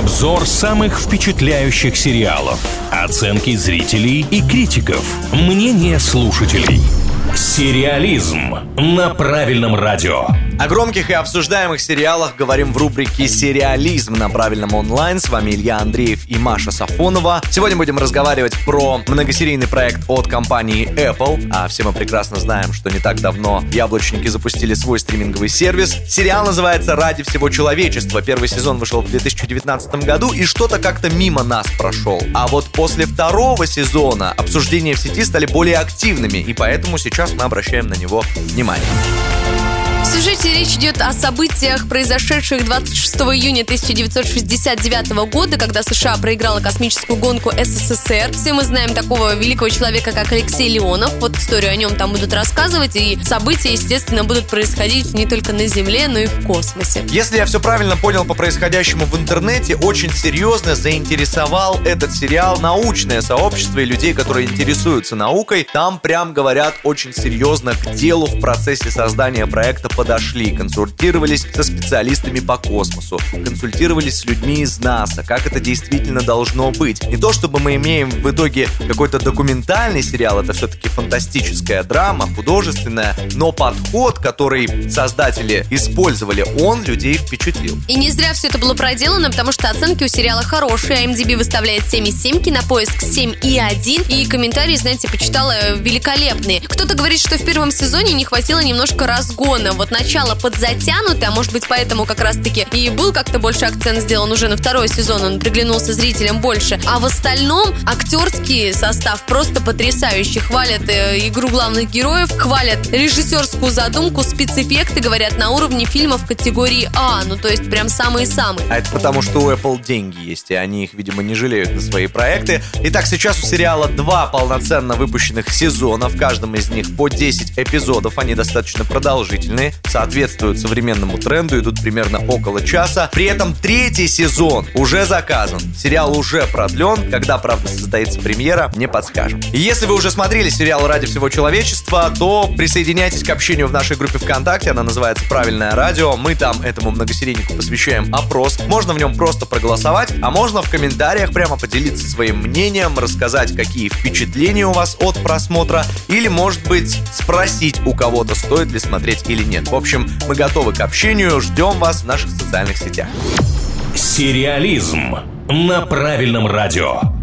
Обзор самых впечатляющих сериалов. Оценки зрителей и критиков. Мнение слушателей. Сериализм на правильном радио. О громких и обсуждаемых сериалах говорим в рубрике «Сериализм» на правильном онлайн. С вами Илья Андреев и Маша Сафонова. Сегодня будем разговаривать про многосерийный проект от компании Apple. А все мы прекрасно знаем, что не так давно яблочники запустили свой стриминговый сервис. Сериал называется «Ради всего человечества». Первый сезон вышел в 2019 году и что-то как-то мимо нас прошел. А вот после второго сезона обсуждения в сети стали более активными, и поэтому сейчас мы обращаем на него внимание. В сюжете речь идет о событиях, произошедших 26 июня 1969 года, когда США проиграла космическую гонку СССР. Все мы знаем такого великого человека, как Алексей Леонов. Вот историю о нем там будут рассказывать, и события, естественно, будут происходить не только на Земле, но и в космосе. Если я все правильно понял по происходящему в интернете, очень серьезно заинтересовал этот сериал научное сообщество и людей, которые интересуются наукой. Там прям говорят очень серьезно к делу в процессе создания проекта подошли, консультировались со специалистами по космосу, консультировались с людьми из НАСА, как это действительно должно быть. Не то чтобы мы имеем в итоге какой-то документальный сериал, это все-таки фантастическая драма, художественная, но подход, который создатели использовали, он людей впечатлил. И не зря все это было проделано, потому что оценки у сериала хорошие. IMDb выставляет 7,7, Кинопоиск 7,1, и комментарии, знаете, почитала великолепные. Кто-то говорит, что в первом сезоне не хватило немножко разгона. Вот начало подзатянутое, может быть, поэтому как раз-таки и был как-то больше акцент сделан уже на второй сезон, он приглянулся зрителям больше. А в остальном актерский состав просто потрясающий. Хвалят игру главных героев, хвалят режиссерскую задумку, спецэффекты, говорят, на уровне фильмов категории А, ну то есть прям самые-самые. А это потому, что у Apple деньги есть, и они их, видимо, не жалеют на свои проекты. Итак, сейчас у сериала 2 полноценно выпущенных сезона, в каждом из них по 10 эпизодов, они достаточно продолжительные, соответствуют современному тренду, идут примерно около часа. При этом 3-й сезон уже заказан. Сериал уже продлен. Когда, правда, состоится премьера, не подскажем. И если вы уже смотрели сериал «Ради всего человечества», то присоединяйтесь к общению в нашей группе ВКонтакте. Она называется «Правильное радио». Мы там этому многосерийнику посвящаем опрос. Можно в нем просто проголосовать, а можно в комментариях прямо поделиться своим мнением, рассказать, какие впечатления у вас от просмотра, или, может быть, спросить у кого-то, стоит ли смотреть или нет. В общем, мы готовы к общению, ждем вас в наших социальных сетях. Сериализм на правильном радио.